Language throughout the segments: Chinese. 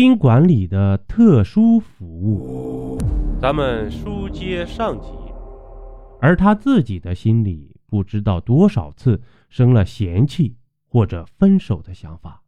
宾馆里的特殊服务。咱们书接上集。而他自己的心里不知道多少次生了嫌弃或者分手的想法。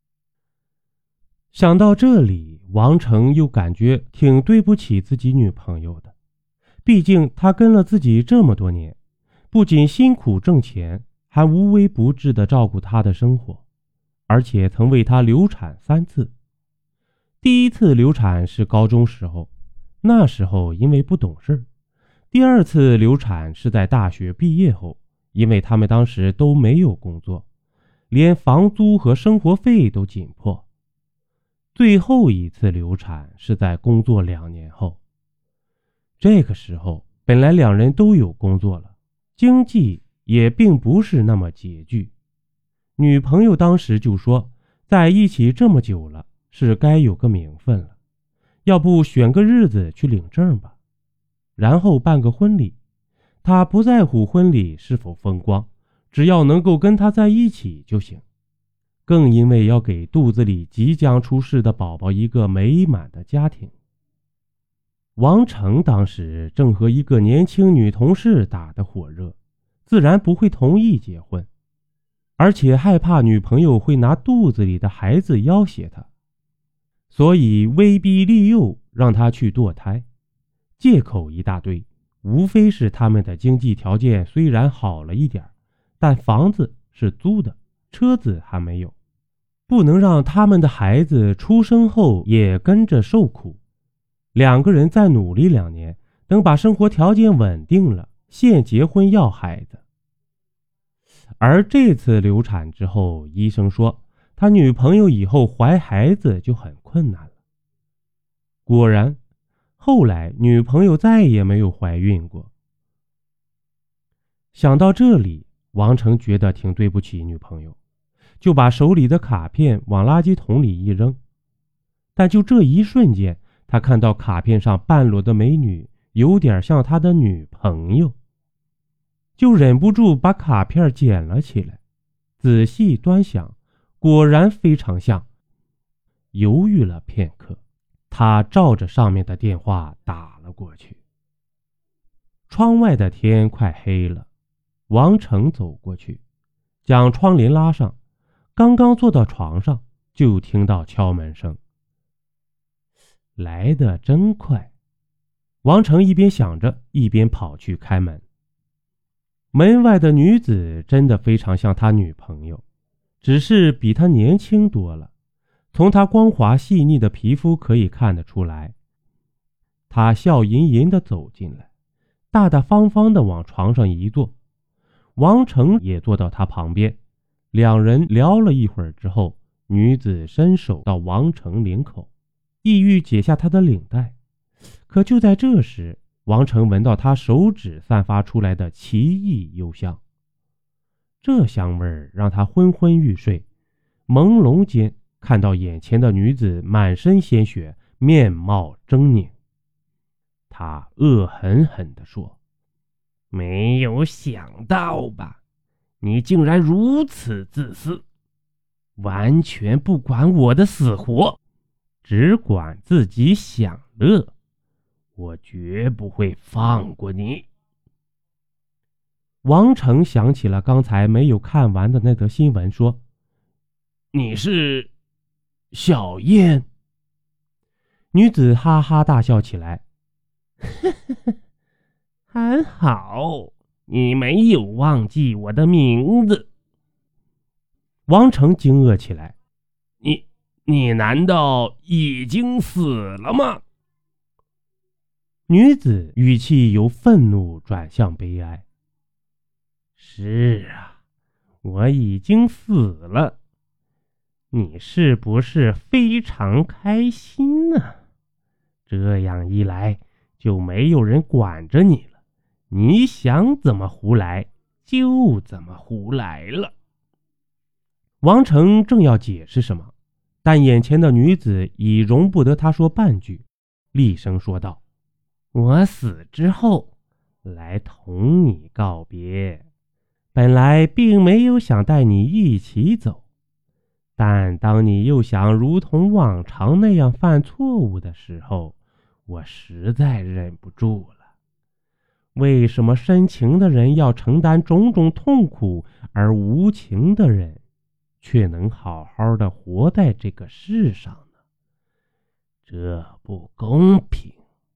想到这里，王成又感觉挺对不起自己女朋友的，毕竟他跟了自己这么多年，不仅辛苦挣钱，还无微不至地照顾她的生活，而且曾为她流产3次。第一次流产是高中时候，那时候因为不懂事。第二次流产是在大学毕业后，因为他们当时都没有工作，连房租和生活费都紧迫。最后一次流产是在工作2年后。这个时候本来2人都有工作了，经济也并不是那么拮据。女朋友当时就说，在一起这么久了，是该有个名分了，要不选个日子去领证吧，然后办个婚礼。他不在乎婚礼是否风光，只要能够跟他在一起就行。更因为要给肚子里即将出世的宝宝一个美满的家庭。王成当时正和一个年轻女同事打得火热，自然不会同意结婚，而且害怕女朋友会拿肚子里的孩子要挟他，所以威逼利诱让他去堕胎，借口一大堆，无非是他们的经济条件虽然好了一点，但房子是租的，车子还没有，不能让他们的孩子出生后也跟着受苦。2个人再努力2年，等把生活条件稳定了，现结婚要孩子。而这次流产之后，医生说他女朋友以后怀孩子就很困难了。果然，后来女朋友再也没有怀孕过。想到这里，王成觉得挺对不起女朋友，就把手里的卡片往垃圾桶里一扔。但就这一瞬间，他看到卡片上半裸的美女有点像他的女朋友，就忍不住把卡片捡了起来，仔细端详，果然非常像。犹豫了片刻，他照着上面的电话打了过去。窗外的天快黑了，王成走过去，将窗帘拉上，刚刚坐到床上，就听到敲门声。来得真快，王成一边想着，一边跑去开门。门外的女子真的非常像他女朋友，只是比他年轻多了，从他光滑细腻的皮肤可以看得出来。他笑吟吟地走进来，大大方方地往床上一坐，王成也坐到他旁边。2人聊了一会儿之后，女子伸手到王成领口，意欲解下他的领带。可就在这时，王成闻到他手指散发出来的奇异幽香，这香味儿让他昏昏欲睡。朦胧间看到眼前的女子满身鲜血，面貌狰狞。他恶狠狠地说，没有想到吧，你竟然如此自私，完全不管我的死活，只管自己享乐，我绝不会放过你。王成想起了刚才没有看完的那则新闻，说，你是小燕？女子哈哈大笑起来，还好你没有忘记我的名字。王成惊愕起来，你难道已经死了吗？女子语气由愤怒转向悲哀，是啊，我已经死了，你是不是非常开心呢？这样一来就没有人管着你了，你想怎么胡来就怎么胡来了。王成正要解释什么，但眼前的女子已容不得他说半句，厉声说道，我死之后来同你告别，本来并没有想带你一起走， 但当你又想如同往常那样犯错误的时候，我实在忍不住了。为什么深情的人要承担种种痛苦，而无情的人却能好好的活在这个世上呢？这不公平。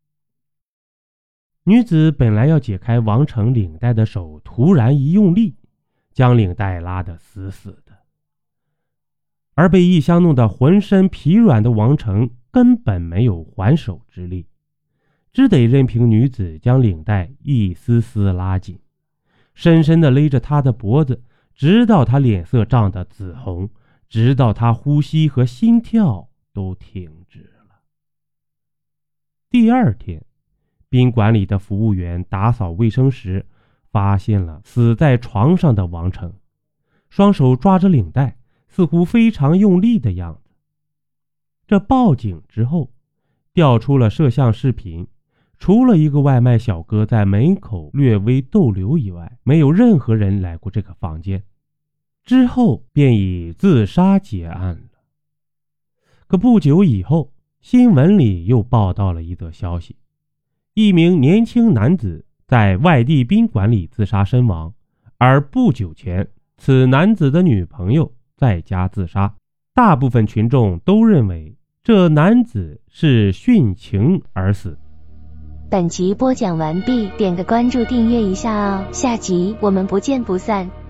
女子本来要解开王成领带的手，突然一用力，将领带拉得死死的。而被异香弄得浑身疲软的王成根本没有还手之力，只得任凭女子将领带一丝丝拉紧，深深地勒着她的脖子，直到她脸色涨得紫红，直到她呼吸和心跳都停止了。第二天，宾馆里的服务员打扫卫生时，发现了死在床上的王成，双手抓着领带，似乎非常用力的样子。这报警之后，调出了摄像视频，除了一个外卖小哥在门口略微逗留以外，没有任何人来过这个房间。之后便以自杀结案了。可不久以后，新闻里又报道了一则消息，一名年轻男子在外地宾馆里自杀身亡，而不久前此男子的女朋友在家自杀。大部分群众都认为这男子是殉情而死。 本集播讲完毕，点个关注订阅一下哦，下集我们不见不散。